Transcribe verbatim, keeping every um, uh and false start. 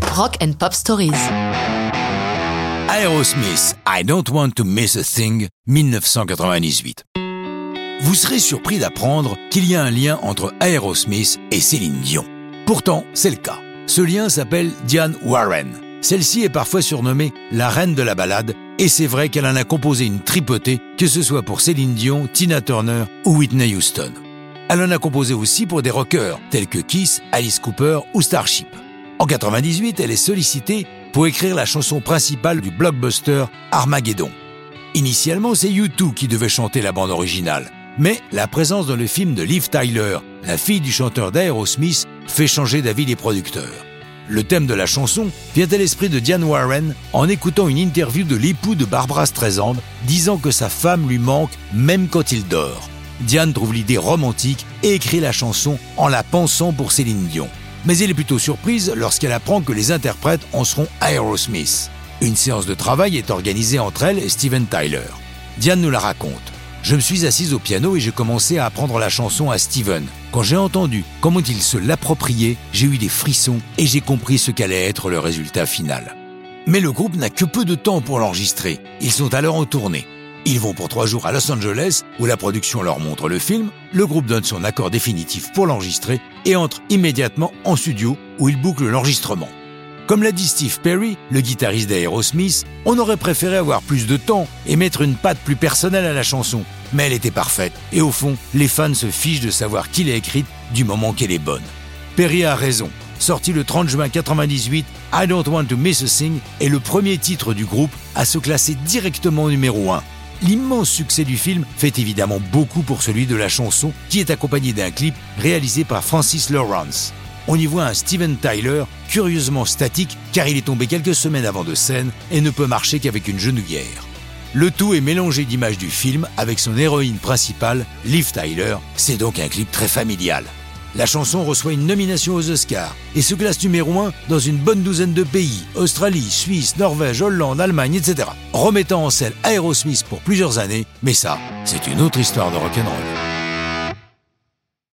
Rock and Pop Stories. Aerosmith, I Don't Want to Miss a Thing, dix-neuf cent quatre-vingt-dix-huit. Vous serez surpris d'apprendre qu'il y a un lien entre Aerosmith et Céline Dion. Pourtant, c'est le cas. Ce lien s'appelle Diane Warren. Celle-ci est parfois surnommée la reine de la ballade, et c'est vrai qu'elle en a composé une tripotée, que ce soit pour Céline Dion, Tina Turner ou Whitney Houston. Elle en a composé aussi pour des rockers, tels que Kiss, Alice Cooper ou Starship. En quatre-vingt-dix-huit, elle est sollicitée pour écrire la chanson principale du blockbuster Armageddon. Initialement, c'est U deux qui devait chanter la bande originale, mais la présence dans le film de Liv Tyler, la fille du chanteur d'Aerosmith, fait changer d'avis les producteurs. Le thème de la chanson vient à l'esprit de Diane Warren en écoutant une interview de l'époux de Barbra Streisand disant que sa femme lui manque même quand il dort. Diane trouve l'idée romantique et écrit la chanson en la pensant pour Céline Dion. Mais elle est plutôt surprise lorsqu'elle apprend que les interprètes en seront Aerosmith. Une séance de travail est organisée entre elle et Steven Tyler. Diane nous la raconte. Je me suis assise au piano et j'ai commencé à apprendre la chanson à Steven. Quand j'ai entendu comment il se l'appropriait, j'ai eu des frissons et j'ai compris ce qu'allait être le résultat final. Mais le groupe n'a que peu de temps pour l'enregistrer. Ils sont alors en tournée. Ils vont pour trois jours à Los Angeles, où la production leur montre le film, le groupe donne son accord définitif pour l'enregistrer et entre immédiatement en studio, où ils bouclent l'enregistrement. Comme l'a dit Steve Perry, le guitariste d'Aerosmith, on aurait préféré avoir plus de temps et mettre une patte plus personnelle à la chanson. Mais elle était parfaite, et au fond, les fans se fichent de savoir qui l'a écrite du moment qu'elle est bonne. Perry a raison. Sorti le trente juin quatre-vingt-dix-huit, I Don't Want to Miss a Thing est le premier titre du groupe à se classer directement au numéro un. L'immense succès du film fait évidemment beaucoup pour celui de la chanson, qui est accompagné d'un clip réalisé par Francis Lawrence. On y voit un Steven Tyler curieusement statique car il est tombé quelques semaines avant de scène et ne peut marcher qu'avec une genouillère. Le tout est mélangé d'images du film avec son héroïne principale, Liv Tyler. C'est donc un clip très familial. La chanson reçoit une nomination aux Oscars et se classe numéro un dans une bonne douzaine de pays, Australie, Suisse, Norvège, Hollande, Allemagne, et cetera, remettant en scène Aerosmith pour plusieurs années, mais ça, c'est une autre histoire de rock'n'roll.